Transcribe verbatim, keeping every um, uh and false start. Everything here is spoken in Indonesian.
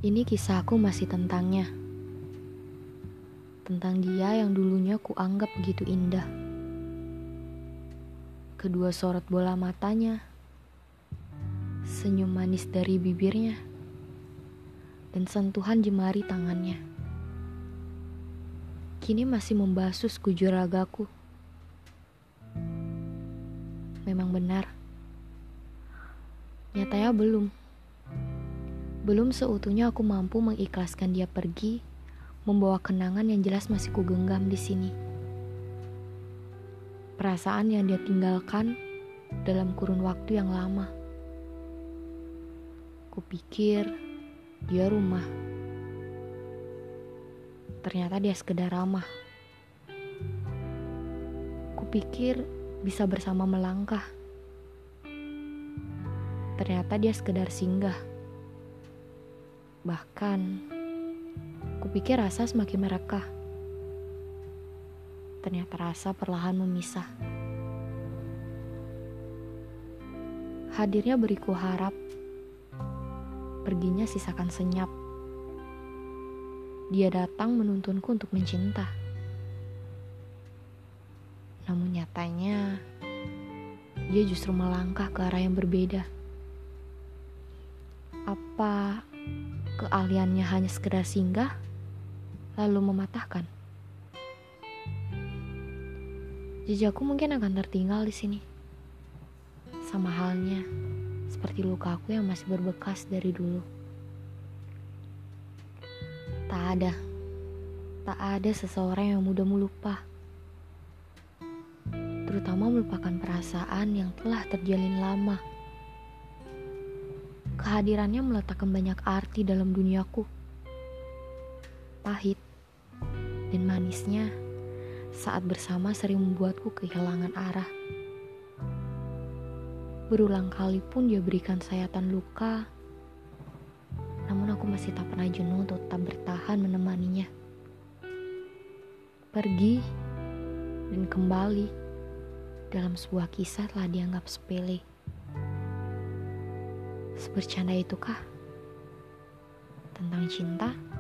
Ini kisahku masih tentangnya. Tentang dia yang dulunya kuanggap begitu indah. Kedua sorot bola matanya, senyum manis dari bibirnya, dan sentuhan jemari tangannya. Kini masih membasuh sekujur ragaku. Memang benar. Nyatanya belum. Belum seutuhnya aku mampu mengikhlaskan dia pergi, membawa kenangan yang jelas masih kugenggam di sini. Perasaan yang dia tinggalkan dalam kurun waktu yang lama. Kupikir dia rumah. Ternyata dia sekedar ramah. Kupikir bisa bersama melangkah. Ternyata dia sekedar singgah. Bahkan, kupikir rasa semakin merekah. Ternyata rasa perlahan memisah. Hadirnya beriku harap, perginya sisakan senyap. Dia datang menuntunku untuk mencinta. Namun nyatanya, dia justru melangkah ke arah yang berbeda. Apa keahliannya hanya sekedar singgah, lalu mematahkan? Jejakku mungkin akan tertinggal di sini. Sama halnya seperti lukaku yang masih berbekas dari dulu. Tak ada, tak ada seseorang yang mudah melupa. Terutama melupakan perasaan yang telah terjalin lama. Kehadirannya meletakkan banyak arti dalam duniaku. Pahit dan manisnya saat bersama sering membuatku kehilangan arah. Berulang kali pun dia berikan sayatan luka, namun aku masih tak pernah jenuh untuk tetap bertahan menemaninya. Pergi dan kembali dalam sebuah kisah telah dianggap sepele. Sebercanda itukah tentang cinta?